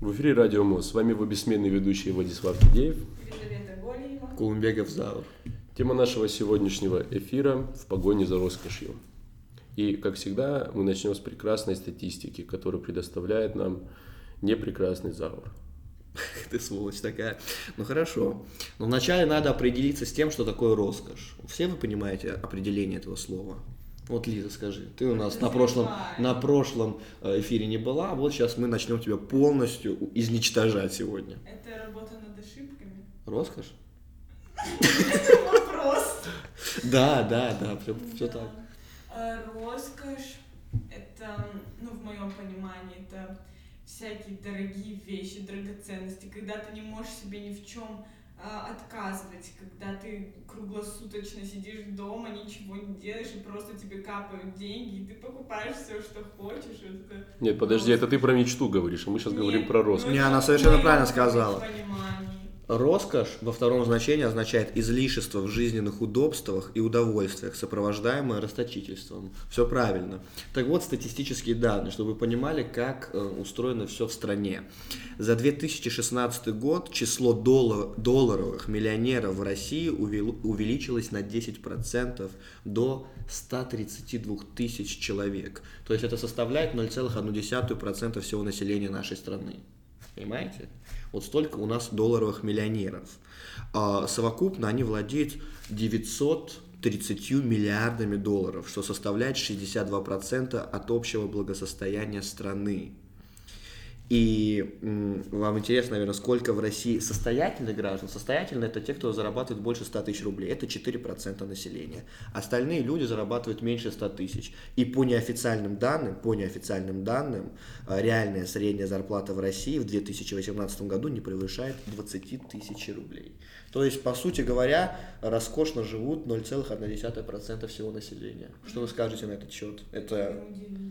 В эфире Радио МОЗ. С вами его бессменный ведущий Владислав Федеев. Елизавета Голиева. Кулумбеков Заур. Тема нашего сегодняшнего эфира «В погоне за роскошью». И, как всегда, мы начнем с прекрасной статистики, которую предоставляет нам непрекрасный Заур. Ты сволочь такая. Ну хорошо. Но вначале надо определиться с тем, что такое роскошь. Все вы понимаете определение этого слова? Вот, Лиза, скажи. Ты у нас на прошлом эфире не была, а вот сейчас мы начнем тебя полностью изничтожать сегодня. Это работа над ошибками. Роскошь? Вопрос. Да, все так. Роскошь – это, в моем понимании, это всякие дорогие вещи, драгоценности, когда ты не можешь себе ни в чем отказывать, когда ты круглосуточно сидишь дома, ничего не делаешь, и просто тебе капают деньги, и ты покупаешь все, что хочешь. Это... Нет, подожди, это ты про мечту говоришь, а мы сейчас говорим про роскошь. Не, она совершенно правильно сказала. Понимании. Роскошь во втором значении означает излишество в жизненных удобствах и удовольствиях, сопровождаемое расточительством. Все правильно. Так вот, статистические данные, чтобы вы понимали, как устроено все в стране. За 2016 год число долларовых миллионеров в России увеличилось на 10% до 132 тысяч человек. То есть это составляет 0,1% всего населения нашей страны. Понимаете? Вот столько у нас долларовых миллионеров. Совокупно они владеют 930 миллиардами долларов, что составляет 62% от общего благосостояния страны. И вам интересно, наверное, сколько в России состоятельных граждан? Состоятельные – это те, кто зарабатывает больше 100 тысяч рублей. Это 4% населения. Остальные люди зарабатывают меньше 100 тысяч. И по неофициальным данным, реальная средняя зарплата в России в 2018 году не превышает 20 тысяч рублей. То есть, по сути говоря, роскошно живут 0,1% всего населения. Что вы скажете на этот счет? Это...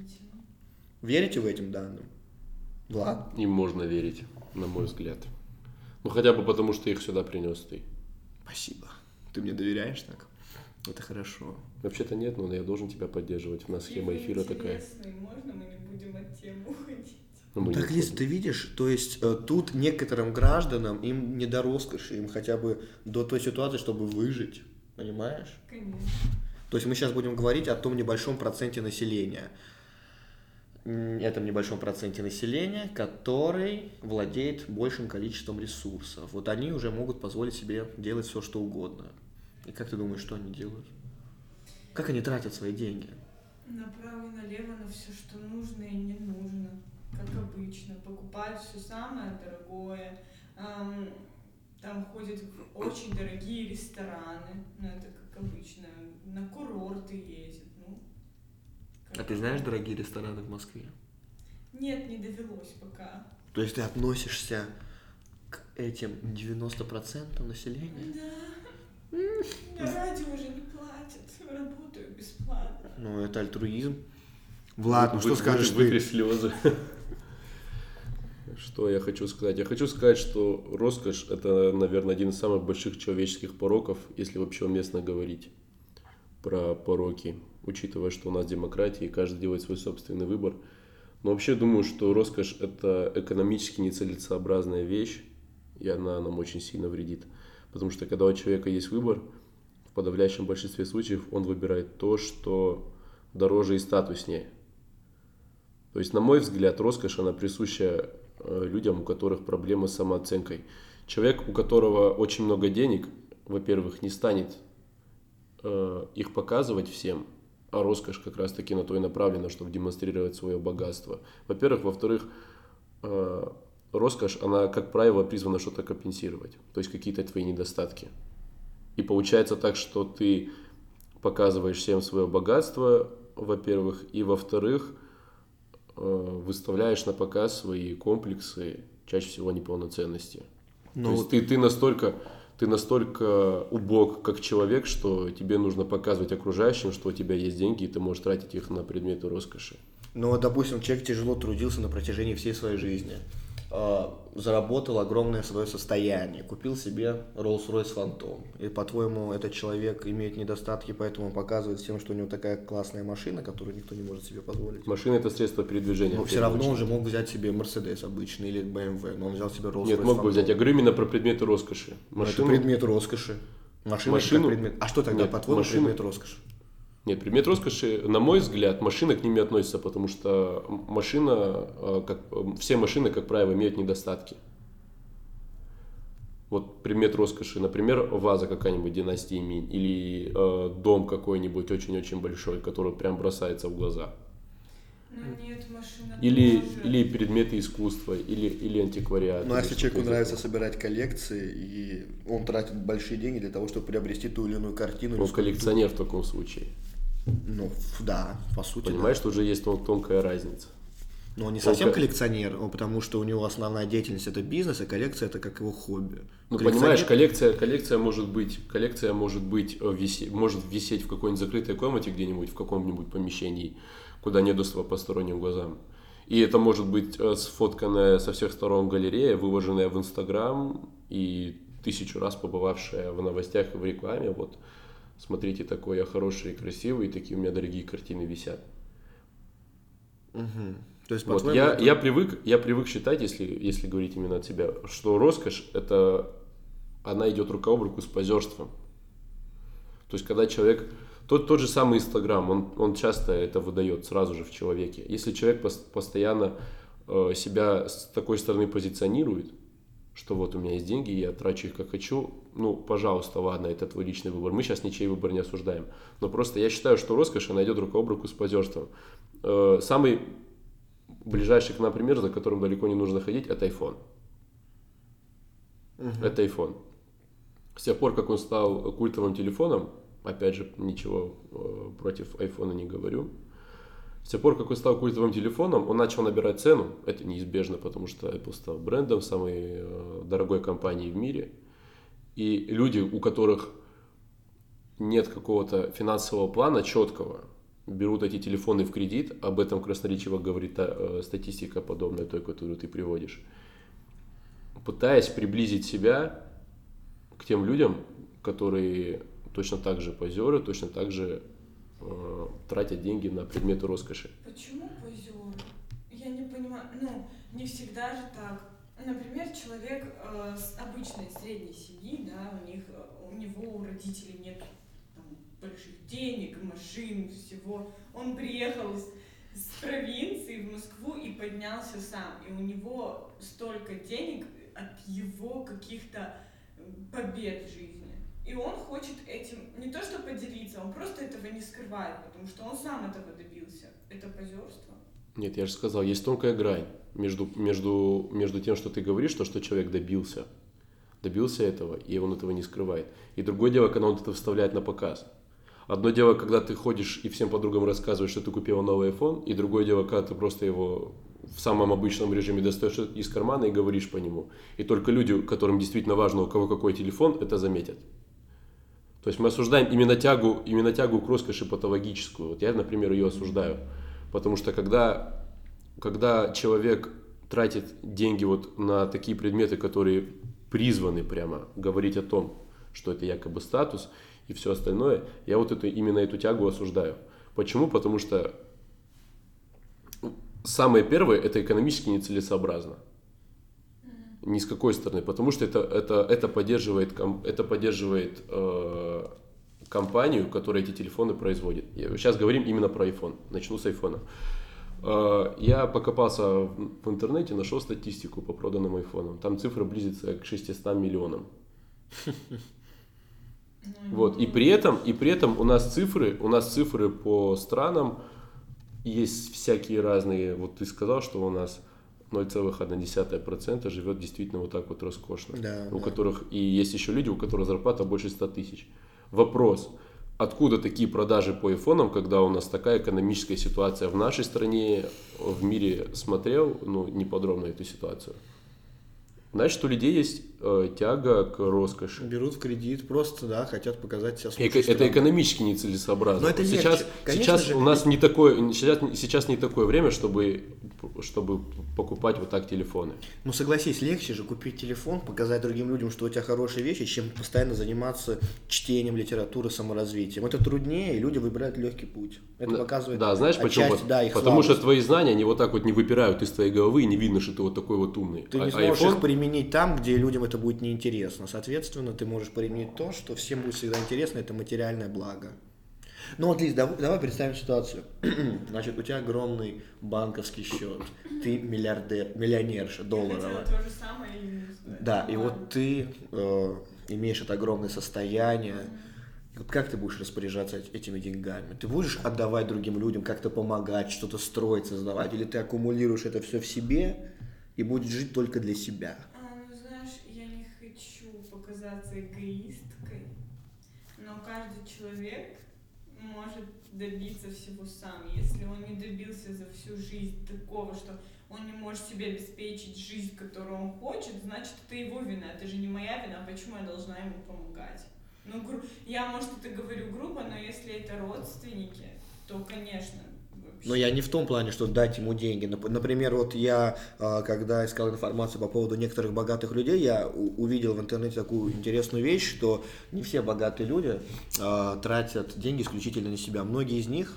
Верите в этим данным? Влад? Им можно верить, на мой взгляд. Ну, хотя бы потому, что их сюда принес ты. Спасибо. Ты мне доверяешь так? Это хорошо. Вообще-то нет, но я должен тебя поддерживать. У нас схема эфира такая. Можно мы не будем от темы уходить? Так, Лиз, ты видишь, то есть тут некоторым гражданам им не до роскоши, им хотя бы до той ситуации, чтобы выжить. Понимаешь? Конечно. То есть мы сейчас будем говорить о том небольшом проценте населения. Этом небольшом проценте населения, который владеет большим количеством ресурсов. Вот они уже могут позволить себе делать все, что угодно. И как ты думаешь, что они делают? Как они тратят свои деньги? Направо и налево на все, что нужно и не нужно. Как обычно. Покупают все самое дорогое. Там ходят в очень дорогие рестораны. Это как обычно. На курорты ездят. А ты знаешь дорогие рестораны в Москве? Нет, не довелось пока. То есть ты относишься к этим 90% населения? Да. Радио уже не платят. Работаю бесплатно. Ну, это альтруизм. Влад, что скажешь ты? Вытри слезы. Что я хочу сказать? Я хочу сказать, что роскошь – это, наверное, один из самых больших человеческих пороков, если вообще уместно говорить про пороки, учитывая, что у нас демократия и каждый делает свой собственный выбор. Но вообще думаю, что роскошь – это экономически нецелесообразная вещь, и она нам очень сильно вредит. Потому что когда у человека есть выбор, в подавляющем большинстве случаев он выбирает то, что дороже и статуснее. То есть, на мой взгляд, роскошь, она присуща людям, у которых проблемы с самооценкой. Человек, у которого очень много денег, во-первых, не станет их показывать всем, а роскошь как раз таки на то и направлена, чтобы демонстрировать свое богатство. Во-первых. Во-вторых, роскошь, она, как правило, призвана что-то компенсировать, то есть какие-то твои недостатки. И получается так, что ты показываешь всем свое богатство, во-первых, и во-вторых, выставляешь на показ свои комплексы, чаще всего неполноценности. То есть ты настолько убог как человек, что тебе нужно показывать окружающим, что у тебя есть деньги, и ты можешь тратить их на предметы роскоши. Ну, допустим, человек тяжело трудился на протяжении всей своей жизни. заработал огромное свое состояние, купил себе Rolls-Royce Phantom. И, по-твоему, этот человек имеет недостатки, поэтому показывает всем, что у него такая классная машина, которую никто не может себе позволить? Машина – это средство передвижения. Но все равно он же мог взять себе Mercedes обычный или BMW, но он взял себе Rolls-Royce. Нет, мог бы взять. Я говорю именно про предметы роскоши. Машину... Это предмет роскоши. Машину... предмет... А что тогда, по-твоему, предмет роскоши? Нет, предмет роскоши, на мой взгляд, машина к ним не относится, потому что все машины, как правило, имеют недостатки. Вот предмет роскоши, например, ваза какая-нибудь династии Минь или дом какой-нибудь очень-очень большой, который прям бросается в глаза. Ну нет, машина Или предметы искусства, или антиквариат. Ну, а если человеку нравится собирать коллекции, и он тратит большие деньги для того, чтобы приобрести ту или иную картину. Он коллекционер в таком случае. Ну, да, по сути. Понимаешь, да. что уже есть тонкая разница. Но он не совсем коллекционер, потому что у него основная деятельность это бизнес, а коллекция это как его хобби. Ну, понимаешь, коллекция может висеть в какой-нибудь закрытой комнате где-нибудь, в каком-нибудь помещении, куда нет доступа посторонним глазам. И это может быть сфотканная со всех сторон галерея, выложенная в Инстаграм и 1000 раз побывавшая в новостях и в рекламе. Вот, смотрите, такой я хороший и красивый, и такие у меня дорогие картины висят. Угу. То есть, вот, я привык считать, если говорить именно от себя, что роскошь она идет рука об руку с позерством. То есть, когда человек, тот же самый Инстаграм, он часто это выдает сразу же в человеке. Если человек постоянно себя с такой стороны позиционирует, что вот у меня есть деньги, я трачу их как хочу, ну, пожалуйста, ладно, это твой личный выбор. Мы сейчас ничей выбор не осуждаем. Но просто я считаю, что роскошь, она идет рука об руку с позерством. Самый ближайший к нам пример, за которым далеко не нужно ходить, это iPhone. Это iPhone. С тех пор, как он стал культовым телефоном, опять же, ничего против iPhone не говорю, с тех пор, как он стал культовым телефоном, он начал набирать цену. Это неизбежно, потому что Apple стал брендом самой дорогой компании в мире. И люди, у которых нет какого-то финансового плана четкого, берут эти телефоны в кредит. Об этом красноречиво говорит статистика, подобная той, которую ты приводишь. Пытаясь приблизить себя к тем людям, которые точно так же позеры, точно так же тратят деньги на предметы роскоши. Почему позеры? Я не понимаю. Ну, не всегда же так. Например, человек с обычной средней семьи, да, у него у родителей нет там больших денег, машин, всего. Он приехал с провинции в Москву и поднялся сам. И у него столько денег от его каких-то побед в жизни. И он хочет этим не то что поделиться, он просто этого не скрывает, потому что он сам этого добился. Это позерство? Нет, я же сказал, есть тонкая грань между тем, что ты говоришь, то, что человек добился этого, и он этого не скрывает. И другое дело, когда он это вставляет на показ. Одно дело, когда ты ходишь и всем подругам рассказываешь, что ты купил новый iPhone, и другое дело, когда ты просто его в самом обычном режиме достаешь из кармана и говоришь по нему. И только люди, которым действительно важно, у кого какой телефон, это заметят. То есть мы осуждаем именно тягу к роскоши патологическую. Вот я, например, ее осуждаю. Потому что когда человек тратит деньги вот на такие предметы, которые призваны прямо говорить о том, что это якобы статус и все остальное, я вот именно эту тягу осуждаю. Почему? Потому что самое первое, это экономически нецелесообразно. Ни с какой стороны, потому что это поддерживает компанию, которая эти телефоны производит. Сейчас говорим именно про iPhone. Начну с iPhone. Я покопался в интернете, нашел статистику по проданным iPhone. Там цифра близится к 600 миллионам. Вот. И при этом у нас цифры по странам есть всякие разные. Вот ты сказал, что у нас 0,1% живет действительно вот так вот роскошно. Да, у которых и есть еще люди, у которых зарплата больше 100 тысяч. Вопрос, откуда такие продажи по айфонам, когда у нас такая экономическая ситуация в нашей стране, в мире смотрел, неподробно эту ситуацию. Значит, у людей есть тяга к роскоши. Берут в кредит, просто, да, хотят показать себя с лучшей Это стороны. экономически нецелесообразно. Но это сейчас легче. Конечно сейчас же, у нас не такое, сейчас не такое время, чтобы покупать вот так телефоны. Ну согласись, легче же купить телефон, показать другим людям, что у тебя хорошие вещи, чем постоянно заниматься чтением литературы, саморазвитием. Это труднее, и люди выбирают легкий путь. Это показывает Да, знаешь почему? отчасти, да, их Потому что слабость. твои знания, они вот так вот не выпирают из твоей головы, и не видно, что ты вот такой вот умный. Ты не сможешь их применить там, где людям это будет неинтересно. Соответственно, ты можешь применить то, что всем будет всегда интересно, это материальное благо. Ну вот, Лиз, давай представим ситуацию. Значит, у тебя огромный банковский счет, ты миллионерша, Я долларовая. хотела то же самое и... Да, и вот ты имеешь это огромное состояние. Вот как ты будешь распоряжаться этими деньгами? Ты будешь отдавать другим людям, как-то помогать, что-то строить, создавать? Или ты аккумулируешь это все в себе и будешь жить только для себя? Ну, знаешь, я не хочу показаться эгоисткой, но каждый человек может добиться всего сам. Если он не добился за всю жизнь такого, что он не может себе обеспечить жизнь, которую он хочет, значит, это его вина. Это же не моя вина, почему я должна ему помогать? Ну, я, может, это говорю грубо, но если это родственники, то, конечно, вообще. Но я не в том плане, что дать ему деньги. Например, вот я, когда искал информацию по поводу некоторых богатых людей, я увидел в интернете такую интересную вещь, что не все богатые люди тратят деньги исключительно на себя. Многие из них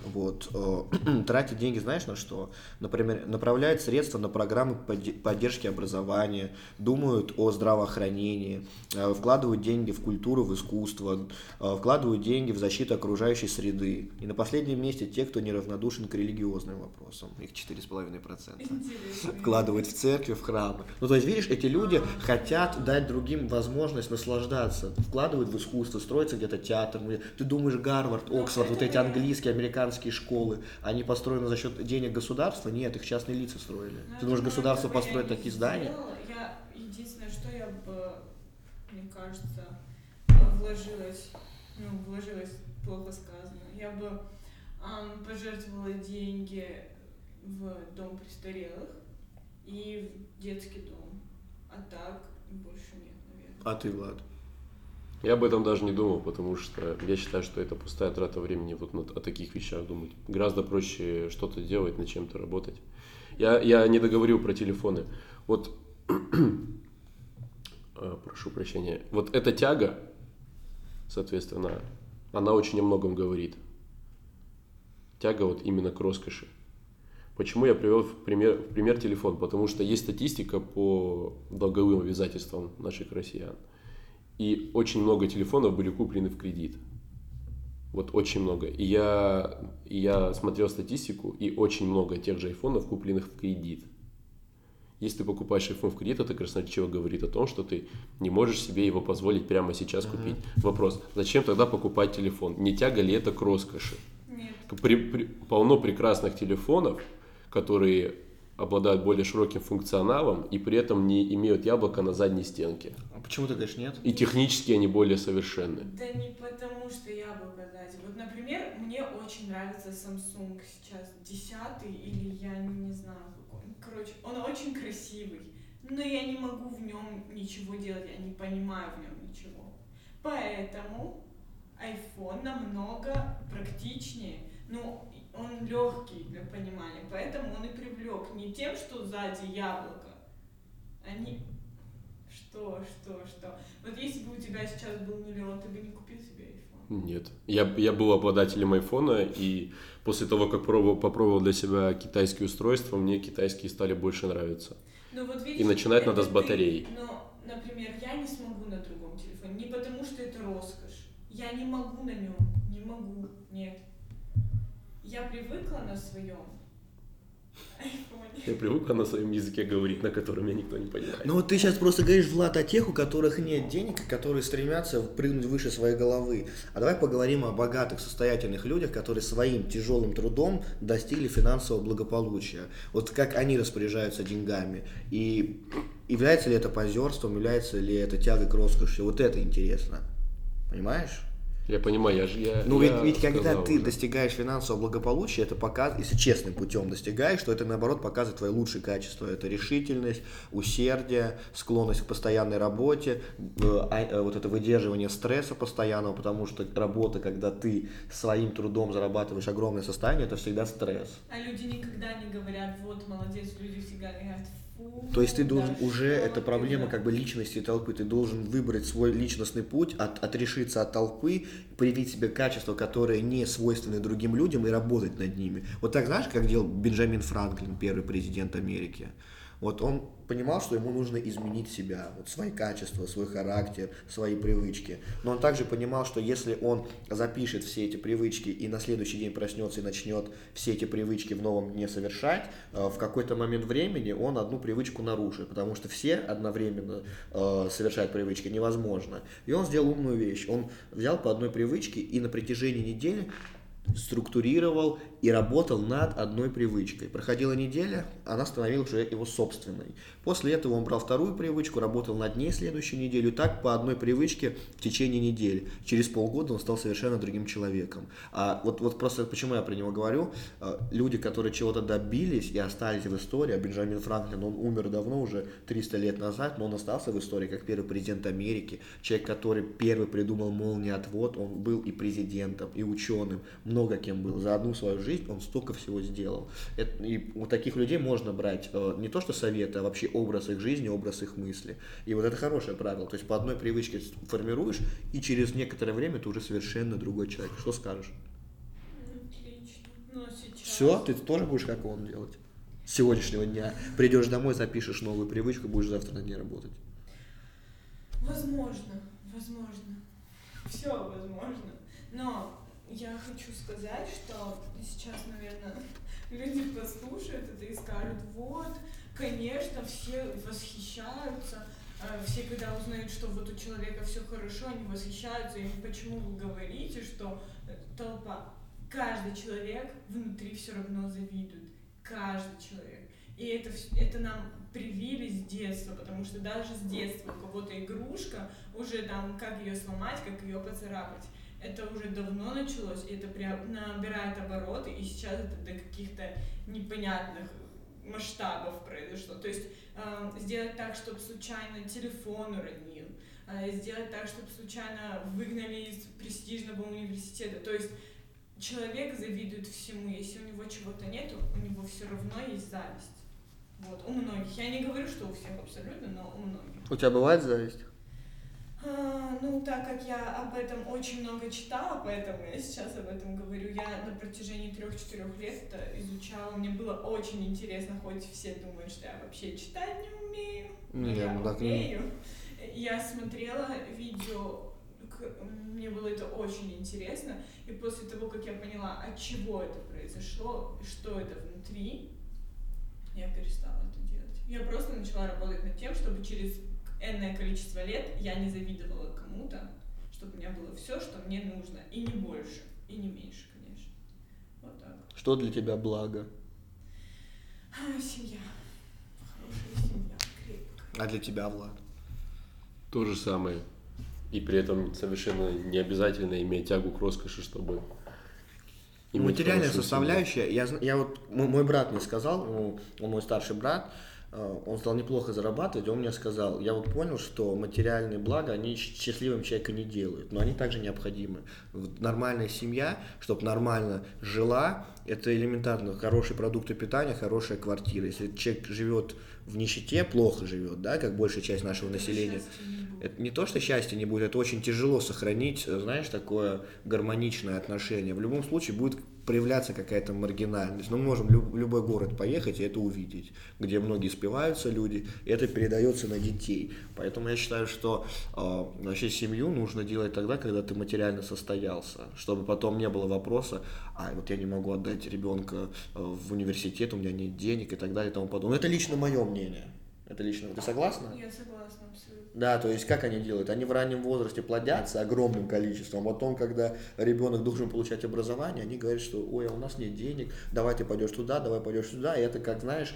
тратят деньги, знаешь, на что? Например, направляют средства на программы поддержки образования, думают о здравоохранении, вкладывают деньги в культуру, в искусство, вкладывают деньги в защиту окружающей среды. И на последнем месте те, кто неравнодушен к религиозным вопросам, их 4,5%. Интересно. Вкладывают в церкви, в храмы. Ну, то есть, видишь, эти люди хотят дать другим возможность наслаждаться, вкладывают в искусство, строится где-то театр. Ты думаешь, Гарвард, Оксфорд, вот эти английские, американские школы, они построены за счет денег государства? Нет, их частные лица строили. Ты думаешь, государство построит такие здания? Единственное, что я бы, мне кажется, вложилась плохо сказано, я бы пожертвовала деньги в дом престарелых и в детский дом. А так больше нет, наверное. А ты, Влад? Я об этом даже не думал, потому что я считаю, что это пустая трата времени вот о таких вещах думать. Гораздо проще что-то делать, над чем-то работать. Я не договорил про телефоны. Вот, прошу прощения, вот эта тяга, соответственно, она очень о многом говорит. Тяга вот именно к роскоши. Почему я привел в пример телефон? Потому что есть статистика по долговым обязательствам наших россиян. И очень много телефонов были куплены в кредит. Вот очень много. И я смотрел статистику, и очень много тех же айфонов, купленных в кредит. Если ты покупаешь iPhone в кредит, это красноречиво говорит о том, что ты не можешь себе его позволить прямо сейчас купить. Вопрос, зачем тогда покупать телефон? Не тяга ли это к роскоши? Нет. Полно прекрасных телефонов, которые обладают более широким функционалом и при этом не имеют яблоко на задней стенке. А почему ты говоришь нет? И технически они более совершенны. Да не потому, что яблоко сзади. Вот, например, мне очень нравится Samsung сейчас 10-й или я не знаю какой. Короче, он очень красивый, но я не могу в нем ничего делать, я не понимаю в нем ничего. Поэтому iPhone намного практичнее. Ну, он легкий для понимания, поэтому он и привлек не тем, что сзади яблоко. Они... Что? Вот если бы у тебя сейчас был миллион, ты бы не купил себе iPhone? Нет. Я был обладателем айфона, и после того, как попробовал для себя китайские устройства, мне китайские стали больше нравиться. Ну, вот видишь, И начинать надо с батареи. Но, например, я не смогу на другом телефоне, не потому что это роскошь. Я не могу на нем, нет. Я привыкла на своем айфоне. Я привыкла на своем языке говорить, на котором меня никто не понимает. Ну вот ты сейчас просто говоришь, Влад, о тех, у которых нет денег, которые стремятся прыгнуть выше своей головы. А давай поговорим о богатых, состоятельных людях, которые своим тяжелым трудом достигли финансового благополучия. Вот как они распоряжаются деньгами. И является ли это позерством, является ли это тягой к роскоши. Вот это интересно. Понимаешь? Я понимаю, Ну я ведь когда сказал ты уже. достигаешь финансового благополучия, это показывает, если честным путем достигаешь, то это наоборот показывает твои лучшие качества. Это решительность, усердие, склонность к постоянной работе, вот это выдерживание стресса постоянного, потому что работа, когда ты своим трудом зарабатываешь огромное состояние, это всегда стресс. А люди никогда не говорят, вот, молодец, люди всегда говорят, фу, То есть ты должен да уже, что это ты проблема за-». как бы личности и толпы, ты должен выбрать свой личностный путь, отрешиться от толпы, привить себе качества, которые не свойственны другим людям и работать над ними. Вот так знаешь, как делал Бенджамин Франклин, первый президент Америки? Вот он понимал, что ему нужно изменить себя, вот свои качества, свой характер, свои привычки. Но он также понимал, что если он запишет все эти привычки и на следующий день проснется и начнет все эти привычки в новом дне совершать, в какой-то момент времени он одну привычку нарушит, потому что все одновременно совершать привычки невозможно. И он сделал умную вещь. Он взял по одной привычке и на протяжении недели структурировал и работал над одной привычкой. Проходила неделя, она становилась уже его собственной. После этого он брал вторую привычку, работал над ней следующую неделю. Так по одной привычке в течение недели. Через полгода он стал совершенно другим человеком. А вот просто почему я про него говорю. Люди, которые чего-то добились и остались в истории, а Бенджамин Франклин, он умер давно, уже 300 лет назад, но он остался в истории как первый президент Америки, человек, который первый придумал молниеотвод, он был и президентом, и ученым, много кем был. За одну свою жизнь он столько всего сделал. И у таких людей можно брать не то что советы, а вообще образ их жизни, образ их мысли. И вот это хорошее правило. То есть по одной привычке формируешь, и через некоторое время ты уже совершенно другой человек. Что скажешь? Отлично. Но сейчас... Все, ты тоже будешь как он делать? С сегодняшнего дня. Придешь домой, запишешь новую привычку, будешь завтра на ней работать. Возможно. Все возможно. Но я хочу сказать, что сейчас, наверное, люди послушают это и скажут, вот, конечно, все восхищаются, все, когда узнают, что вот у человека все хорошо, они восхищаются, и почему вы говорите, что толпа, каждый человек внутри все равно завидует, каждый человек. И это нам привили с детства, потому что даже с детства у кого-то игрушка, уже там, как ее сломать, как ее поцарапать. Это уже давно началось, и это прям набирает обороты, и сейчас это до каких-то непонятных масштабов произошло. То есть сделать так, чтобы случайно телефон уронил, сделать так, чтобы случайно выгнали из престижного университета. То есть человек завидует всему, если у него чего-то нету, у него все равно есть зависть. Вот, у многих. Я не говорю, что у всех абсолютно, но у многих. У тебя бывает зависть? Ну, так как я об этом очень много читала, поэтому я сейчас об этом говорю. Я на протяжении 3-4 лет это изучала. Мне было очень интересно, хоть все думают, что я вообще читать не умею. Но я умею. Я смотрела видео, мне было это очень интересно. И после того, как я поняла, от чего это произошло, что это внутри, я перестала это делать. Я просто начала работать над тем, чтобы через энное количество лет я не завидовала кому-то, чтобы у меня было все, что мне нужно, и не больше, и не меньше, конечно. Вот так. Что для тебя благо? Семья. Хорошая семья, крепкая. А для тебя, Влад? То же самое. И при этом совершенно не обязательно иметь тягу к роскоши, чтобы иметь Материальная хорошую составляющая, я вот, мой брат мне сказал, он мой старший брат, он стал неплохо зарабатывать, он мне сказал, я вот понял, что материальные блага, они счастливым человека не делают, но они также необходимы. Нормальная семья, чтобы нормально жила, это элементарно, хорошие продукты питания, хорошая квартира. Если человек живет в нищете, плохо живет, да, как большая часть нашего населения. Это не то, что счастья не будет, это очень тяжело сохранить, знаешь, такое гармоничное отношение. В любом случае будет проявляться какая-то маргинальность. Но мы можем в любой город поехать и это увидеть, где многие спиваются люди, и это передается на детей. Поэтому я считаю, что вообще семью нужно делать тогда, когда ты материально состоялся, чтобы потом не было вопроса, вот я не могу отдать ребенка в университет, у меня нет денег и так далее и тому подобное. Но это лично мое мнение. Это лично. Ты согласна? Я согласна абсолютно. Да, то есть как они делают? Они в раннем возрасте плодятся огромным количеством, а потом, когда ребенок должен получать образование, они говорят, что ой, а у нас нет денег, давай ты пойдешь туда, давай пойдешь сюда, и это как, знаешь,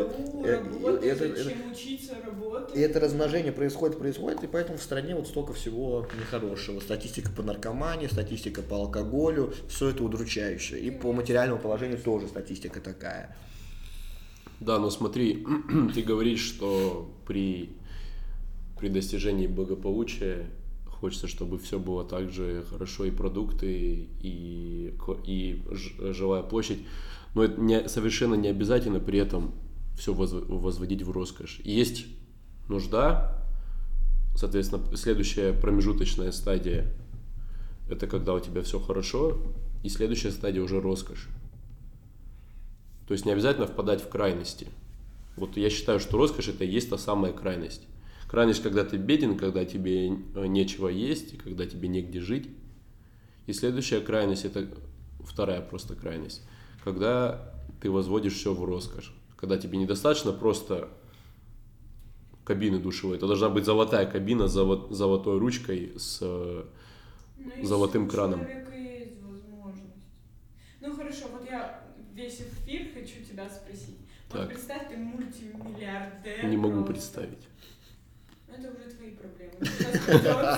зачем учиться, работать? И это размножение происходит, и поэтому в стране вот столько всего нехорошего. Статистика по наркомании, статистика по алкоголю, все это удручающе. И по материальному положению тоже статистика такая. Да, но смотри, ты говоришь, что при достижении благополучия хочется, чтобы все было так же хорошо, и продукты, и жилая площадь, но это совершенно не обязательно при этом все возводить в роскошь. Есть нужда, соответственно, следующая промежуточная стадия – это когда у тебя все хорошо, и следующая стадия уже роскошь. То есть не обязательно впадать в крайности. Вот я считаю, что роскошь – это и есть та самая крайность. Крайность, когда ты беден, когда тебе нечего есть, и когда тебе негде жить. И следующая крайность – это вторая просто крайность. Когда ты возводишь все в роскошь. Когда тебе недостаточно просто кабины душевой. Это должна быть золотая кабина с золотой ручкой, с золотым краном. У человека есть возможность. Ну хорошо, вот я весь эфир хочу тебя спросить. Вот представь, ты мультимиллиардер. Не могу представить. Это уже твои проблемы.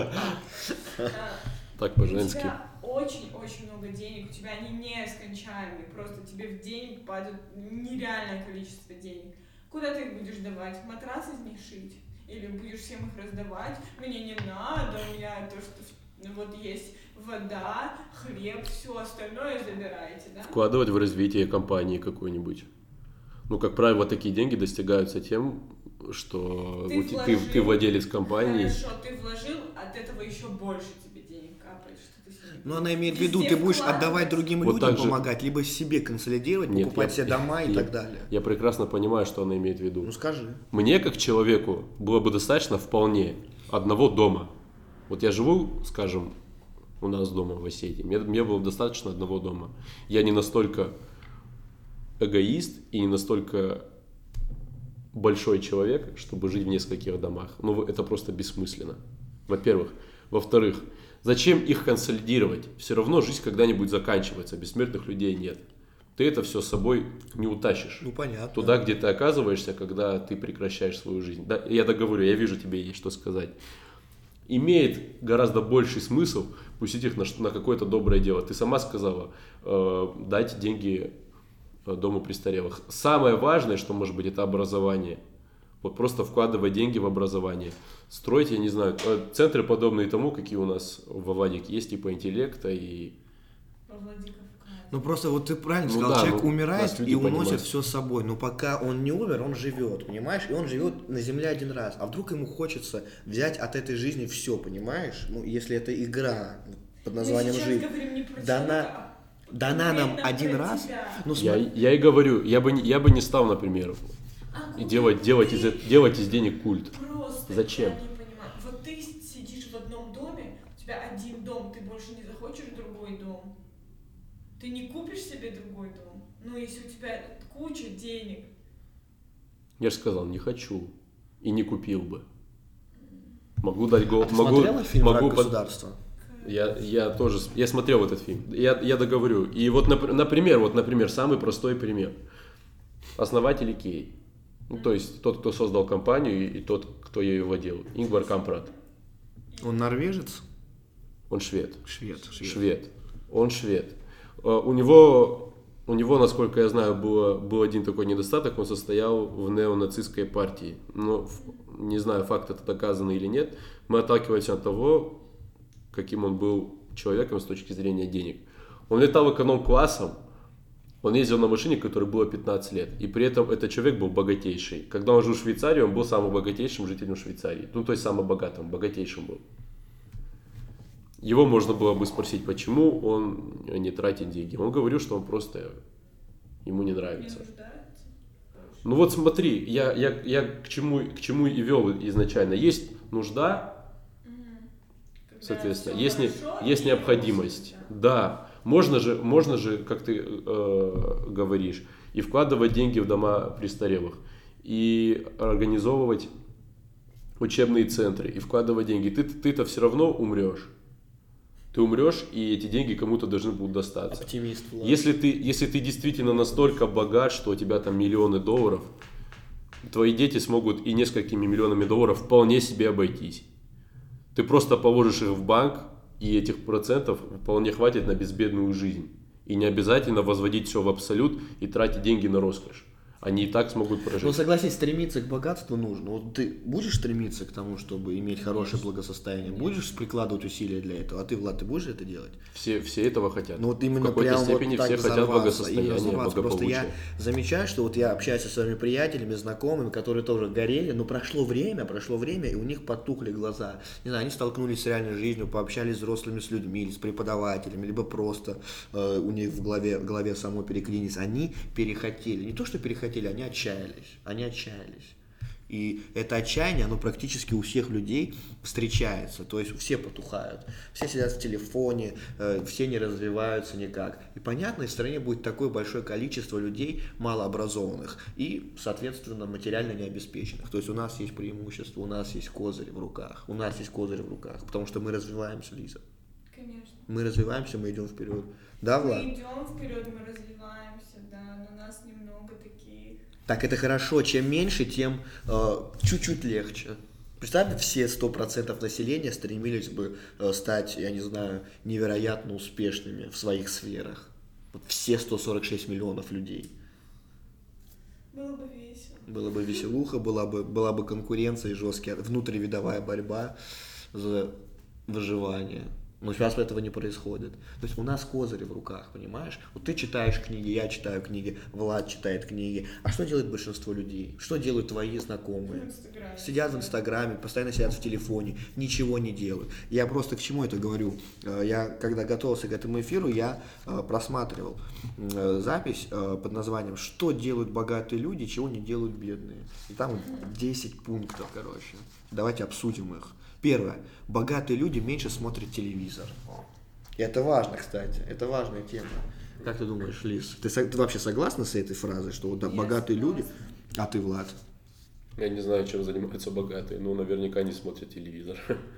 Так по-женски. У тебя очень-очень много денег, у тебя они нескончаемые, просто тебе в день падает нереальное количество денег. Куда ты их будешь давать? Матрас из них шить? Или будешь всем их раздавать? Мне не надо, у меня то, что вот есть вода, хлеб, все остальное забираете, да? Вкладывать в развитие компании какой-нибудь. Ну, как правило, такие деньги достигаются тем, что ты владелец компании. Хорошо, ты вложил, от этого еще больше тебе денег капает, что ты себе. Но она имеет в виду, ты будешь отдавать другим вот людям помогать, либо себе консолидировать, покупать себе дома и так далее. Я прекрасно понимаю, что она имеет в виду. Ну скажи. Мне, как человеку, было бы достаточно вполне одного дома. Вот я живу, скажем, у нас дома в Осетии, мне было достаточно одного дома. Я не настолько эгоист и не настолько большой человек, чтобы жить в нескольких домах. Ну, это просто бессмысленно, во-первых. Во-вторых, зачем их консолидировать? Все равно жизнь когда-нибудь заканчивается, бессмертных людей нет. Ты это все с собой не утащишь. Ну, понятно. Туда, где ты оказываешься, когда ты прекращаешь свою жизнь. Да, я договорю, я вижу, тебе есть что сказать. Имеет гораздо больший смысл пустить их на какое-то доброе дело. Ты сама сказала, дать деньги дому престарелых. Самое важное, что может быть, это образование. Вот просто вкладывать деньги в образование. Строить, я не знаю, центры, подобные тому, какие у нас в Владике есть, типа интеллекта и... Ну просто вот ты правильно сказал, человек умирает и уносит все с собой. Но пока он не умер, он живет, понимаешь? И он живет на земле один раз. А вдруг ему хочется взять от этой жизни все, понимаешь? Ну, если это игра под названием «Жизнь». Дана нам один раз. Ну, я и говорю, я бы не стал, например, и делать из денег культ. Просто зачем? Я не понимаю. Вот ты сидишь в одном доме, у тебя один дом, ты больше не захочешь другой дом. Ты не купишь себе другой дом. Ну, если у тебя куча денег. Я же сказал, не хочу. И не купил бы. Могу дать голос. Смотрела фильм «Враг государства»? Я смотрел этот фильм. Я договорю. И вот, например, самый простой пример. Основатель Икеи. Ну, то есть тот, кто создал компанию, и тот, кто ею владел. Ингвар Кампрад. Он норвежец? Он швед. Швед. Он швед. У него, насколько я знаю, был один такой недостаток. Он состоял в неонацистской партии. Но не знаю, факт это доказанный или нет. Мы отталкиваемся от того, каким он был человеком с точки зрения денег. Он летал эконом-классом, он ездил на машине, которой было 15 лет, и при этом этот человек был богатейший. Когда он жил в Швейцарии, он был самым богатейшим жителем Швейцарии. Ну, то есть самым богатым, богатейшим был. Его можно было бы спросить, почему он не тратит деньги. Он говорил, что он просто, ему не нравится. Ну вот смотри, я к чему и вел изначально. Есть нужда, соответственно, есть необходимость. Да, можно же, как ты говоришь, и вкладывать деньги в дома престарелых. и организовывать учебные центры и вкладывать деньги. Ты-то все равно умрешь. Ты умрешь, и эти деньги кому-то должны будут достаться. Оптимист, Влад. Если ты действительно настолько богат, что у тебя там миллионы долларов, твои дети смогут и несколькими миллионами долларов вполне себе обойтись. Ты просто положишь их в банк, и этих процентов вполне хватит на безбедную жизнь. И не обязательно возводить все в абсолют и тратить деньги на роскошь. Они и так смогут прожить. Ну, согласись, стремиться к богатству нужно. Вот ты будешь стремиться к тому, чтобы иметь хорошее благосостояние? Будешь прикладывать усилия для этого? А ты, Влад, ты будешь это делать? Все этого хотят. Ну, вот именно в какой-то прям степени вот все так хотят взорваться, именно благосостояния, взорваться. Просто я благополучия. замечаю, что вот я общаюсь со своими приятелями, знакомыми, которые тоже горели, но прошло время, и у них потухли глаза. Не знаю, они столкнулись с реальной жизнью, пообщались с взрослыми, с людьми, или с преподавателями, либо просто у них в голове само переклинилось. Они перехотели. Не то, что перехотели, они отчаялись. И это отчаяние, оно практически у всех людей встречается. То есть все потухают, все сидят в телефоне, все не развиваются никак. И понятно, в стране будет такое большое количество людей малообразованных и, соответственно, материально необеспеченных. То есть у нас есть преимущество, у нас есть козырь в руках. Потому что мы развиваемся, Лиза. Конечно. Мы развиваемся, мы идем вперед. Да, Влад? Мы идем вперед, мы развиваемся, да, но нас немного таких. Так, это хорошо. Чем меньше, тем чуть-чуть легче. Представь, все 100% населения стремились бы стать, я не знаю, невероятно успешными в своих сферах. Вот все 146 миллионов людей. Было бы весело. Было бы веселуха, была бы конкуренция и жесткая внутривидовая борьба за выживание. Но сейчас этого не происходит. То есть у нас козыри в руках, понимаешь? Вот ты читаешь книги, я читаю книги, Влад читает книги. А что делает большинство людей? Что делают твои знакомые? Сидят в Инстаграме, постоянно сидят в телефоне, ничего не делают. Я просто к чему это говорю? Я, когда готовился к этому эфиру, я просматривал запись под названием «Что делают богатые люди, чего не делают бедные». И там 10 пунктов, короче. Давайте обсудим их. Первое. Богатые люди меньше смотрят телевизор. И это важно, кстати. Это важная тема. Как ты думаешь, Лиз? Ты вообще согласна с этой фразой, что вот, да, богатые люди... А ты, Влад? Я не знаю, чем занимаются богатые, но наверняка не смотрят телевизор.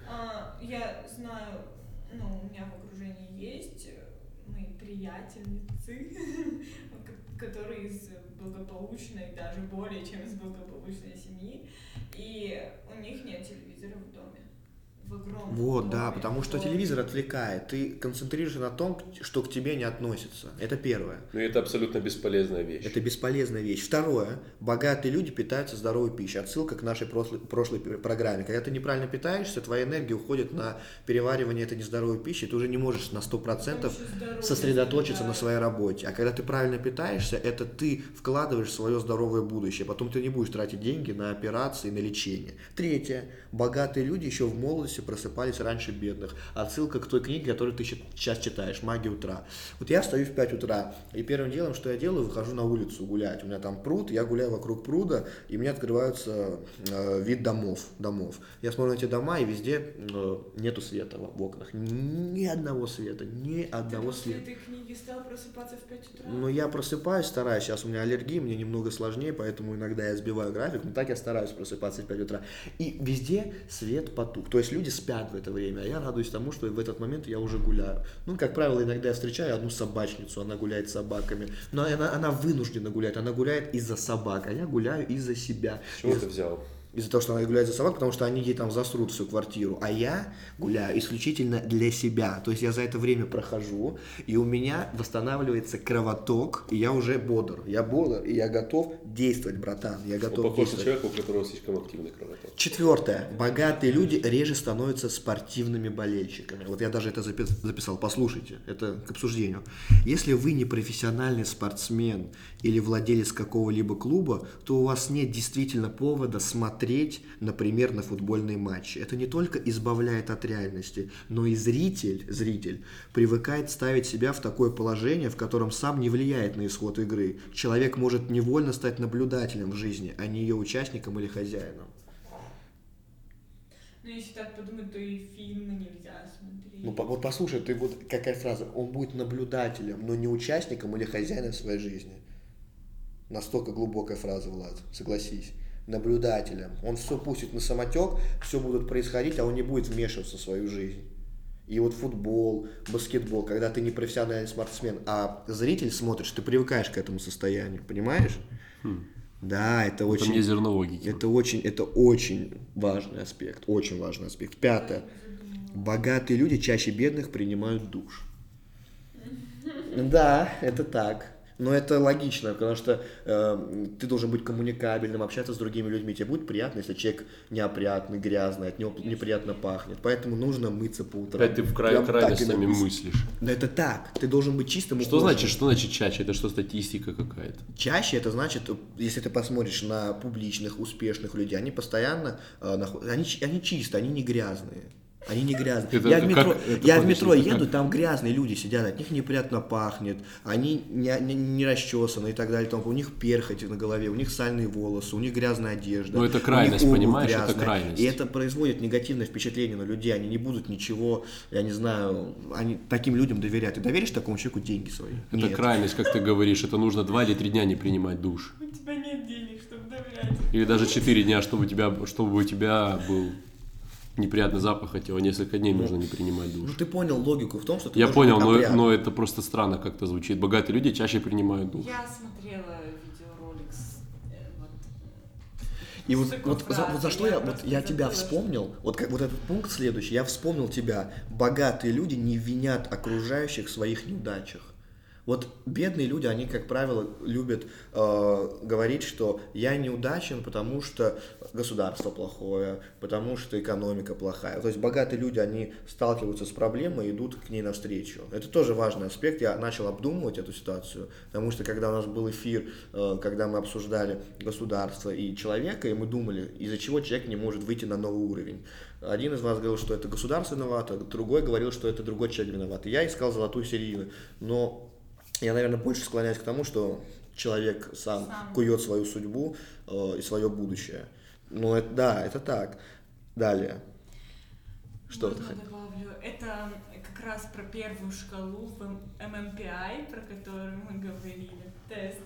Я знаю, у меня в окружении есть мои приятельницы, которые из благополучной, даже более чем из благополучной семьи, и у них нет телевизора в доме. Вот, да, потому что телевизор отвлекает. Ты концентрируешься на том, что к тебе не относится. Это первое. Ну, это абсолютно бесполезная вещь. Это бесполезная вещь. Второе. Богатые люди питаются здоровой пищей. Отсылка к нашей прошлой программе. Когда ты неправильно питаешься, твоя энергия уходит на переваривание этой нездоровой пищи. Ты уже не можешь на 100% сосредоточиться на своей работе. А когда ты правильно питаешься, это ты вкладываешь в свое здоровое будущее. Потом ты не будешь тратить деньги на операции, на лечение. Третье. Богатые люди еще в молодости просыпались раньше бедных. Отсылка к той книге, которую ты сейчас читаешь, «Магия утра». Вот я встаю в 5 утра, и первым делом, что я делаю, выхожу на улицу гулять. У меня там пруд, я гуляю вокруг пруда, и у меня открывается вид домов. Я смотрю на эти дома, и везде нету света в окнах. Ни одного света, ни одного света. Ты после этой книги стал просыпаться в 5 утра? Ну, я просыпаюсь, стараюсь. Сейчас у меня аллергия, мне немного сложнее, поэтому иногда я сбиваю график, но так я стараюсь просыпаться в 5 утра. И везде свет потух. То есть люди спят в это время, а я радуюсь тому, что в этот момент я уже гуляю. Ну, как правило, иногда я встречаю одну собачницу, она гуляет с собаками, но она вынуждена гулять, она гуляет из-за собак, а я гуляю из-за себя. Чего ты взял? Из-за того, что она гуляет за собак, потому что они ей там засрут всю квартиру. А я гуляю исключительно для себя. То есть я за это время прохожу, и у меня восстанавливается кровоток, и я уже бодр. Я бодр, и я готов действовать, братан. Я готов Похож на действовать. человека, у которого слишком активный кровоток. Четвертое. Богатые люди реже становятся спортивными болельщиками. Вот я даже это записал. Послушайте, это к обсуждению. Если вы не профессиональный спортсмен или владелец какого-либо клуба, то у вас нет действительно повода смотреть, например, на футбольные матчи. Это не только избавляет от реальности, но и зритель привыкает ставить себя в такое положение, в котором сам не влияет на исход игры. Человек может невольно стать наблюдателем в жизни, а не ее участником или хозяином. Ну, если так подумать, то и фильмы нельзя смотреть. Ну, вот послушай, ты вот какая фраза? Он будет наблюдателем, но не участником или хозяином своей жизни. Настолько глубокая фраза, Влад, согласись. Наблюдателем. Он все пустит на самотек, все будет происходить, а он не будет вмешиваться в свою жизнь. И вот футбол, баскетбол, когда ты не профессиональный спортсмен, а зритель смотришь, ты привыкаешь к этому состоянию, понимаешь? Да, это очень... Там есть зерно логики. Это очень важный аспект, очень важный аспект. Пятое. Богатые люди чаще бедных принимают душ. Да, это так. Но это логично, потому что ты должен быть коммуникабельным, общаться с другими людьми. Тебе будет приятно, если человек неопрятный, грязный, от него неприятно пахнет. Поэтому нужно мыться по утрам. Опять ты в крайностями мыслишь. Да это так. Ты должен быть чистым. Что значит чаще? Это что, статистика какая-то? Чаще это значит, если ты посмотришь на публичных, успешных людей, они постоянно, они чистые, они не грязные. Они не грязные. Я в метро еду, там грязные люди сидят, от них неприятно пахнет, они не расчесаны и так далее. Там, у них перхоть на голове, у них сальные волосы, у них грязная одежда. Но это крайность, понимаешь, грязная. Это крайность. И это производит негативное впечатление на людей, они не будут ничего, я не знаю, они таким людям доверять. Ты доверишь такому человеку деньги свои? Это Нет. Крайность, как ты говоришь, это нужно 2 или 3 дня не принимать душ. У тебя нет денег, чтобы доверять. Или даже 4 дня, чтобы у тебя был неприятный запах, от него несколько дней нужно не принимать душ. Ну ты понял логику в том, что ты Я понял, быть но это просто странно как-то звучит. Богатые люди чаще принимают душ. Я смотрела видеоролик И за что я тебя вспомнил, вот этот пункт следующий, я вспомнил тебя. Богатые люди не винят окружающих в своих неудачах. Вот бедные люди, они, как правило, любят говорить, что я неудачен, потому что государство плохое, потому что экономика плохая. То есть богатые люди, они сталкиваются с проблемой и идут к ней навстречу. Это тоже важный аспект. Я начал обдумывать эту ситуацию, потому что когда у нас был эфир, когда мы обсуждали государство и человека, и мы думали, из-за чего человек не может выйти на новый уровень. Один из вас говорил, что это государство виновато, другой говорил, что это другой человек виноват. И я искал золотую середину. Но я, наверное, больше склоняюсь к тому, что человек сам кует свою судьбу и свое будущее. Ну, это так. Далее. Что ты хотел? Добавлю. Это как раз про первую шкалу в MMPI, про которую мы говорили, тест.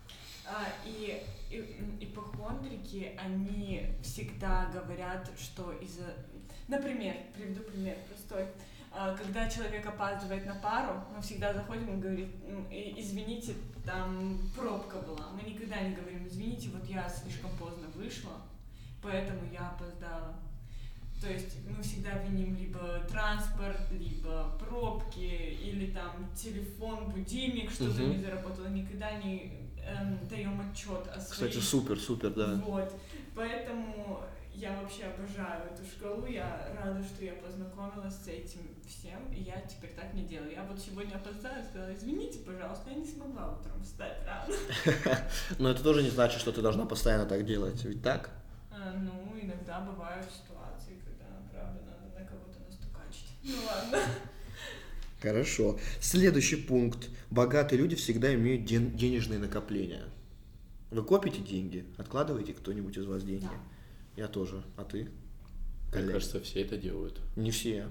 И ипохондрики, они всегда говорят, что из-за... Например, приведу пример простой. Когда человек опаздывает на пару, мы всегда заходим и говорим, извините, там пробка была. Мы никогда не говорим, извините, вот я слишком поздно вышла, поэтому я опоздала. То есть мы всегда виним либо транспорт, либо пробки, или там телефон, будильник, что-то не заработало. Никогда не даем отчет о своей... Кстати, супер, да. Вот, поэтому... Я вообще обожаю эту шкалу, я рада, что я познакомилась с этим всем, и я теперь так не делаю. Я вот сегодня опоздала и сказала, извините, пожалуйста, я не смогла утром встать рано. Но это тоже не значит, что ты должна постоянно так делать, ведь так? Ну, иногда бывают ситуации, когда, правда, надо на кого-то настукачить. Ну ладно. Хорошо. Следующий пункт. Богатые люди всегда имеют денежные накопления. Вы копите деньги? Откладываете кто-нибудь из вас деньги? Да. Я тоже. А ты? Мне кажется, все это делают. Не все.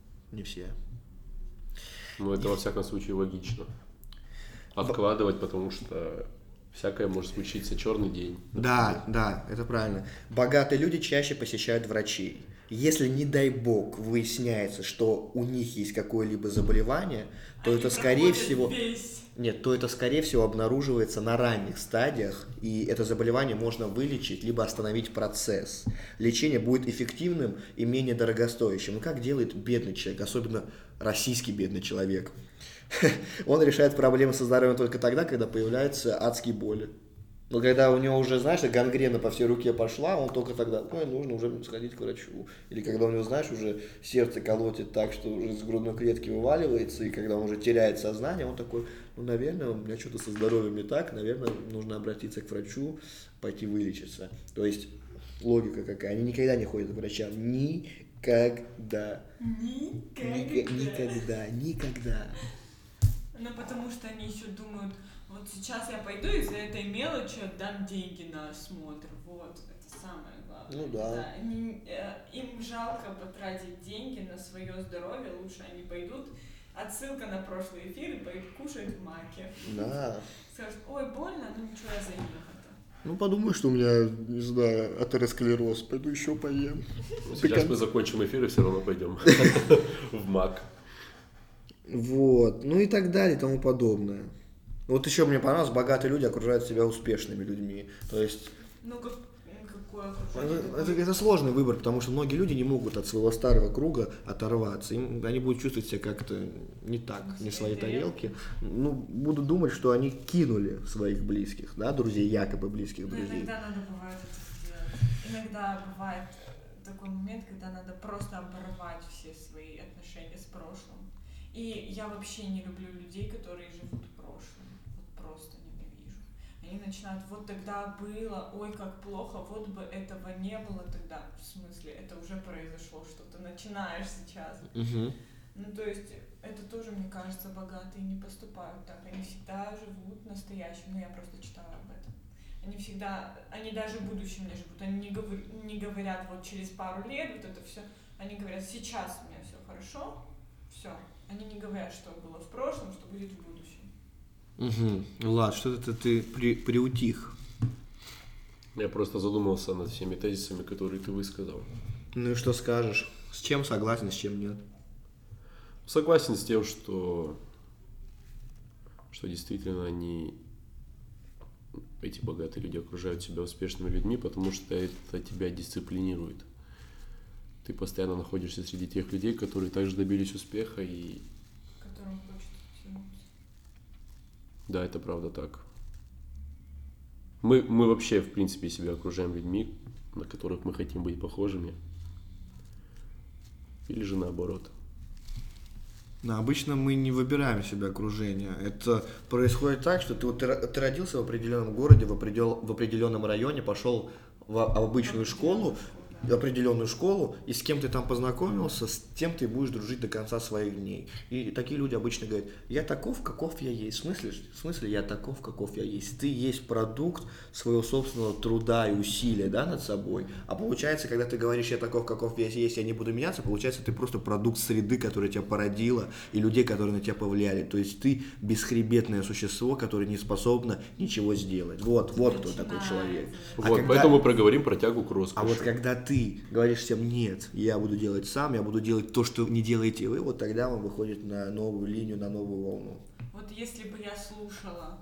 Но это во всяком случае логично. Откладывать, потому что всякое может случиться, черный день. Да, это правильно. Богатые люди чаще посещают врачей. Если, не дай бог, выясняется, что у них есть какое-либо заболевание, то это, скорее всего... то это, скорее всего, обнаруживается на ранних стадиях, и это заболевание можно вылечить, либо остановить процесс. Лечение будет эффективным и менее дорогостоящим. Ну, как делает бедный человек, особенно российский бедный человек? Он решает проблемы со здоровьем только тогда, когда появляются адские боли. Но когда у него уже, знаешь, гангрена по всей руке пошла, он только тогда, нужно уже сходить к врачу. Или когда у него, знаешь, уже сердце колотит так, что уже с грудной клетки вываливается, и когда он уже теряет сознание, он такой, наверное, у меня что-то со здоровьем не так, наверное, нужно обратиться к врачу, пойти вылечиться. То есть логика какая, они никогда не ходят к врачам, никогда. Никогда. Ну, потому что они еще думают, вот сейчас я пойду и за этой мелочи отдам деньги на осмотр. Вот, это самое главное. Ну да. Им жалко потратить деньги на свое здоровье, лучше они пойдут отсылка на прошлый эфир, и кушает в маке. Да. Скажет, ой, больно, ну ничего, я заем это. Ну, подумай, что у меня, не знаю, атеросклероз, пойду еще поем. Сейчас мы закончим эфир и все равно пойдем в МАК. Вот, ну и так далее, и тому подобное. Вот еще мне понравилось, богатые люди окружают себя успешными людьми. То есть Ну, какое окружение? это сложный выбор, потому что многие люди не могут от своего старого круга оторваться. Они будут чувствовать себя как-то не так, не в своей тарелке. Ну, будут думать, что они кинули своих близких, да, друзей, якобы близких Но друзей. иногда надо бывает это сделать. Иногда бывает такой момент, когда надо просто оборвать все свои отношения с прошлым. И я вообще не люблю людей, которые живут прошлым. Вот просто ненавижу. Они начинают, вот тогда было, ой, как плохо, вот бы этого не было тогда. В смысле, это уже произошло, что ты начинаешь сейчас. Угу. Ну, то есть, это тоже, мне кажется, богатые не поступают так. Они всегда живут настоящим. Ну, я просто читала об этом. Они всегда, они даже в будущем не живут. Они не говорят вот через пару лет вот это все. Они говорят, сейчас у меня все хорошо, все. Они не говорят, что было в прошлом, что будет в будущем. Угу. Влад, что-то ты приутих. Я просто задумался над всеми тезисами, которые ты высказал. Ну и что скажешь? С чем согласен, с чем нет? Согласен с тем, что действительно эти богатые люди окружают себя успешными людьми, потому что это тебя дисциплинирует. Ты постоянно находишься среди тех людей, которые также добились успеха и... Которым хочется тянуться. Да, это правда так. Мы вообще, в принципе, себя окружаем людьми, на которых мы хотим быть похожими. Или же наоборот. Но обычно мы не выбираем себе окружение. Это происходит так, что ты родился в определенном городе, в определенном районе, пошел в обычную школу, определенную школу, и с кем ты там познакомился, с тем ты будешь дружить до конца своих дней. И такие люди обычно говорят, я таков, каков я есть. В смысле я таков, каков я есть. Ты есть продукт своего собственного труда и усилия, да, над собой. А получается, когда ты говоришь, я таков, каков я есть, я не буду меняться, получается, ты просто продукт среды, которая тебя породила, и людей, которые на тебя повлияли. То есть ты бесхребетное существо, которое не способно ничего сделать. Вот кто такой человек. Вот, поэтому мы проговорим про тягу к роскоши. А вот когда ты говоришь всем, нет, я буду делать сам, я буду делать то, что не делаете вы, вот тогда он выходит на новую линию, на новую волну. Вот если бы я слушала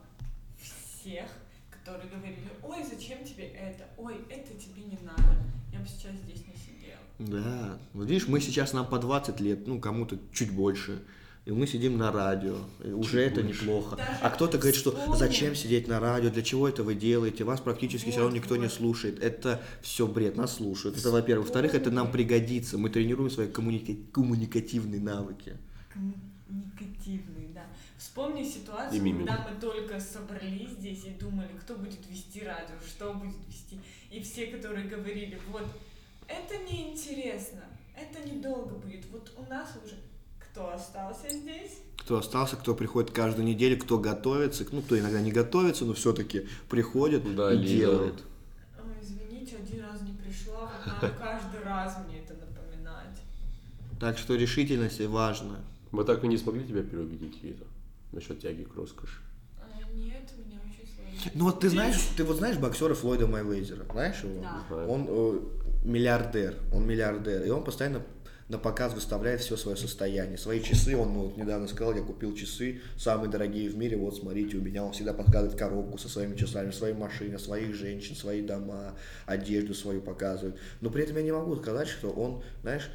всех, которые говорили, ой, зачем тебе это, ой, это тебе не надо, я бы сейчас здесь не сидела. Да, вот видишь, мы сейчас нам по 20 лет, ну кому-то чуть больше, и мы сидим на радио, и уже это неплохо. Даже а кто-то говорит, что вспомни. зачем сидеть на радио, для чего это вы делаете, вас практически все равно никто не Вот. слушает. Это все бред, нас слушают. Это, во-первых. Во-вторых, это нам пригодится, мы тренируем свои коммуникативные навыки. Коммуникативный, да. Вспомни ситуацию, И мимику. когда мы только собрались здесь и думали, кто будет вести радио, что будет вести. И все, которые говорили, вот, это неинтересно, это недолго будет, вот у нас уже... Кто остался здесь? Кто остался, кто приходит каждую неделю, кто готовится, ну, кто иногда не готовится, но все-таки приходит Да, и Лиза. делает. Ой, извините, один раз не пришла, вот надо каждый раз мне это напоминать. Так что решительность важна. Мы так и не смогли тебя переубедить, Лиза, насчет тяги к роскоши. Нет, меня очень сложно. Ну вот ты знаешь боксера Флойда Мейвезера, знаешь его? Да. Знаю. Он миллиардер, и он постоянно на показ выставляет все свое состояние, свои часы. Он вот недавно сказал, я купил часы, самые дорогие в мире, вот смотрите, у меня. Он всегда показывает коробку со своими часами, свои машины, своих женщин, свои дома, одежду свою показывает. Но при этом я не могу сказать, что он, знаешь,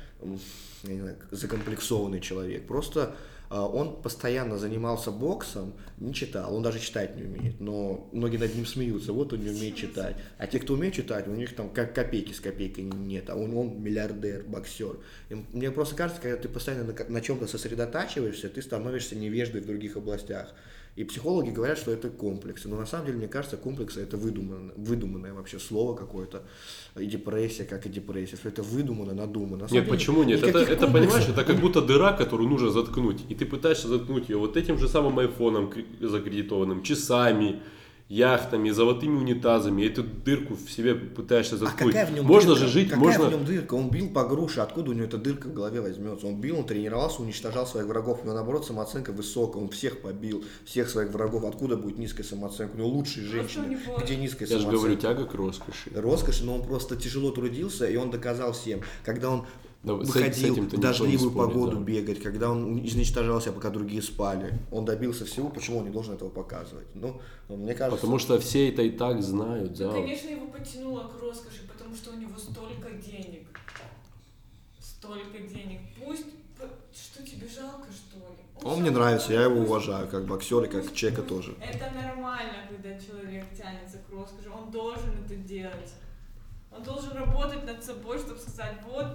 я не знаю, закомплексованный человек. Просто он постоянно занимался боксом, не читал, он даже читать не умеет, но многие над ним смеются, вот он не умеет читать. А те, кто умеет читать, у них там как копейки с копейкой нет, а он миллиардер, боксер. И мне просто кажется, когда ты постоянно на чем-то сосредотачиваешься, ты становишься невеждой в других областях. И психологи говорят, что это комплексы. Но на самом деле, мне кажется, комплексы это выдуманное вообще слово какое-то. И депрессия, как и депрессия. Что это выдумано, надумано. Нет, почему нет? Это понимаешь, это как будто дыра, которую нужно заткнуть. И ты пытаешься заткнуть ее вот этим же самым айфоном закредитованным, часами яхтами, золотыми унитазами, и эту дырку в себе пытаешься заткнуть. какая в нем Можно дырка? же жить, Какая можно... в нем дырка? Он бил по груше, откуда у него эта дырка в голове возьмется? Он бил, он тренировался, уничтожал своих врагов, у него наоборот самооценка высокая, он всех побил, всех своих врагов. Откуда будет низкая самооценка? У него лучшие женщины, где низкая Я же самооценка? говорю, тяга к роскоши. Роскошь, но он просто тяжело трудился, и он доказал всем. Когда он Да, с выходил этим-то в никто не дождливую спорит, погоду да. бегать, когда он уничтожал себя, пока другие спали, он добился всего, почему он не должен этого показывать? Ну, мне кажется... Потому что все это и так знают, да. Конечно, его потянуло к роскоши, потому что у него столько денег. Столько денег. Пусть... Что, тебе жалко, что ли? Он мне нравится, я его уважаю, как боксер и как человека тоже. Это нормально, когда человек тянется к роскоши. Он должен это делать. Он должен работать над собой, чтобы сказать, вот.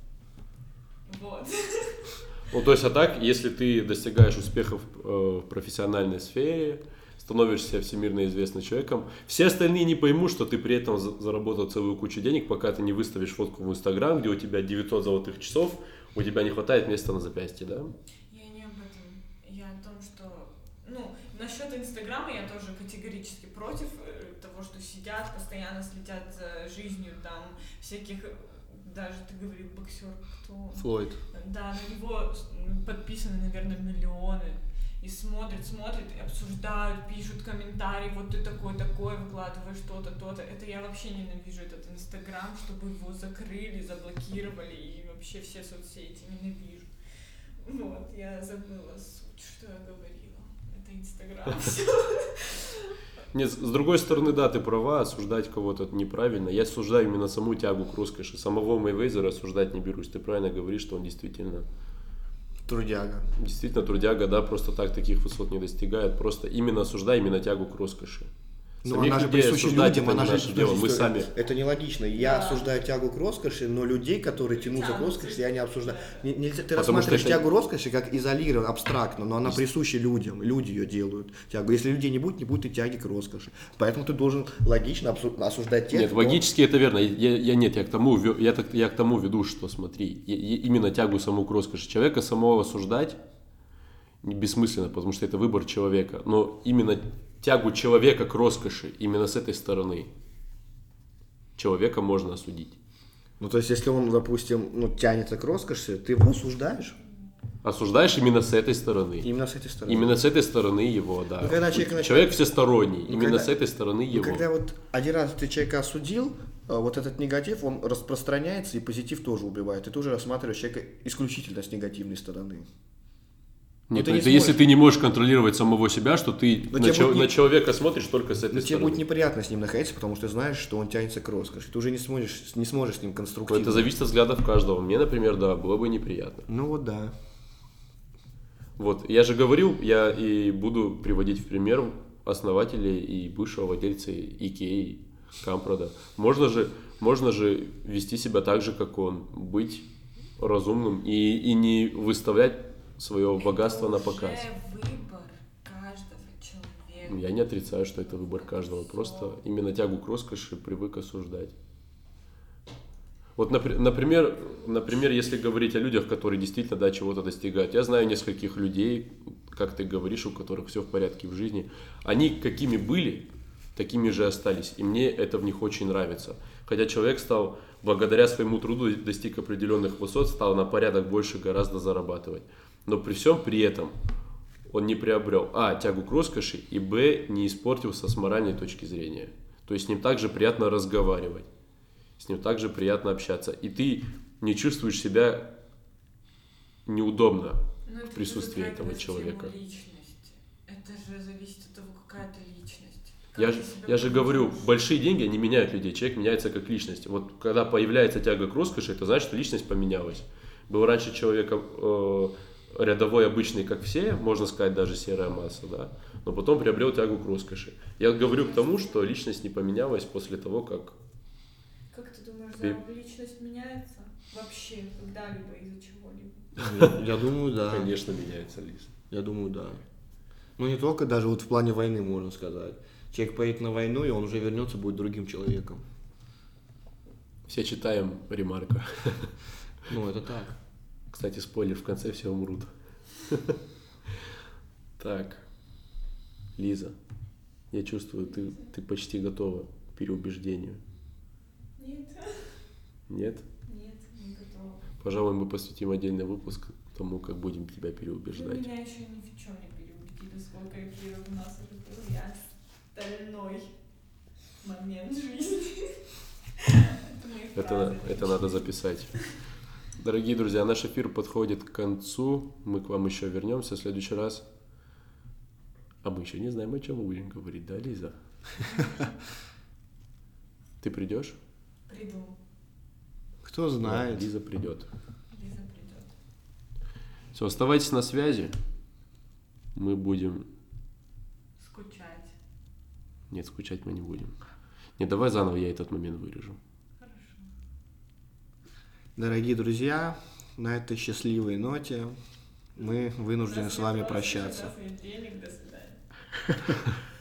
Ну, то есть, а так, если ты достигаешь успехов в профессиональной сфере, становишься всемирно известным человеком, все остальные не поймут, что ты при этом заработал целую кучу денег, пока ты не выставишь фотку в Инстаграм, где у тебя 900 золотых часов, у тебя не хватает места на запястье, да? Я не об этом. Я о том, что... Ну, насчет Инстаграма я тоже категорически против того, что сидят, постоянно следят за жизнью там всяких... Даже ты говорил, боксер, кто он? Флойд. Да, на него подписаны, наверное, миллионы. И смотрят, и обсуждают, пишут комментарии, вот ты такой, выкладываешь то-то, то-то. Это я вообще ненавижу, этот Инстаграм, чтобы его закрыли, заблокировали и вообще все соцсети ненавижу. Вот, я забыла суть, что я говорила. Это Инстаграм. Нет, с другой стороны, да, ты права, осуждать кого-то неправильно. Я осуждаю именно саму тягу к роскоши. Самого Мейвезера осуждать не берусь. Ты правильно говоришь, что он действительно Трудяга. Действительно трудяга, да, просто так таких высот не достигает. Просто именно осуждай именно тягу к роскоши. Ну, Самих она же людей присуща осуждать людям, это она не же... наше дело, мы сами... Это нелогично. Я Да. осуждаю тягу к роскоши, но людей, которые тянутся к Тянутся. роскоши, я не обсуждаю. Нельзя, ты Потому рассматриваешь что это- тягу роскоши как изолированно, абстрактно, но она присуща людям. Люди ее делают, тягу. Если людей не будет и тяги к роскоши. Поэтому ты должен логично осуждать тех, Нет, кто- логически это верно. Я к тому веду, что смотри, именно тягу саму к роскоши человека самого осуждать бессмысленно, потому что это выбор человека. Но именно тягу человека к роскоши, именно с этой стороны, человека можно осудить. Ну, то есть, если он, допустим, тянется к роскоши, ты его осуждаешь. Осуждаешь именно с этой стороны. Именно с этой стороны. Именно с этой стороны его, да. Ну, когда человек Человек всесторонний, Ну, именно когда- с этой стороны Ну, его. когда вот один раз ты человека осудил, вот этот негатив, он распространяется, и позитив тоже убивает. И ты уже рассматриваешь человека исключительно с негативной стороны. Нет, ты ну не это если сможешь. ты не можешь контролировать самого себя, что ты Но на, тебе будет не- на человека смотришь только с этой Но тебе стороны. будет неприятно с ним находиться, потому что ты знаешь, что он тянется к роскоши. Ты уже не сможешь с ним конструктивно. Это зависит от взглядов каждого. Мне, например, да, было бы неприятно. Ну вот да. Вот, я же говорил, я и буду приводить в пример основателей и бывшего владельца Икеи, Кампрада. Можно же вести себя так же, как он, быть разумным и не выставлять свое богатство на показ. Это уже выбор каждого человека. Я не отрицаю, что это выбор каждого, просто именно тягу к роскоши привык осуждать. Вот, например, если говорить о людях, которые действительно, да, чего-то достигают. Я знаю нескольких людей, как ты говоришь, у которых все в порядке в жизни. Они какими были, такими же остались. И мне это в них очень нравится. Хотя человек стал, благодаря своему труду, достиг определенных высот, стал на порядок больше гораздо зарабатывать. Но при всем при этом он не приобрел, тягу к роскоши, и, не испортился с моральной точки зрения. То есть с ним также приятно разговаривать. С ним также приятно общаться. И ты не чувствуешь себя неудобно Но это в присутствии уже этого затрагивает человека. тему личности. Это же зависит от того, какая ты личность. Как Я ты себя же говорю, поведёшь. большие деньги, они меняют людей. Человек меняется как личность. Вот когда появляется тяга к роскоши, это значит, что личность поменялась. Был раньше человеком рядовой, обычный, как все, можно сказать, даже серая масса, да, но потом приобрел тягу к роскоши. Я говорю к тому, что личность не поменялась после того, как... Как ты думаешь, Ты- личность меняется вообще когда-либо из-за чего-либо? Я думаю, да. Конечно, меняется личность. Я думаю, да. Ну не только даже вот в плане войны, можно сказать. Человек поедет на войну, и он уже вернется, будет другим человеком. Все читаем Ремарка. Ну, это так. Кстати, спойлер, в конце все умрут. Так, Лиза, Я чувствую, ты почти готова к переубеждению. Нет. Нет? Нет, не готова. Пожалуй, мы посвятим отдельный выпуск тому, как будем тебя Вы переубеждать. меня еще ни в чем не переубедили, сколько эфиров у нас уже было. Я стальной момент жизни. Это надо записать. Дорогие друзья, наш эфир подходит к концу. Мы к вам еще вернемся в следующий раз. А мы еще не знаем, о чем мы будем говорить, да, Лиза? Ты придешь? Приду. Кто знает. Лиза придет. Лиза придет. Все, оставайтесь на связи. Мы будем... Скучать. Нет, скучать мы не будем. Не, давай заново я этот момент вырежу. Хорошо. Дорогие друзья, на этой счастливой ноте мы вынуждены с вами прощаться. Денег, до свидания.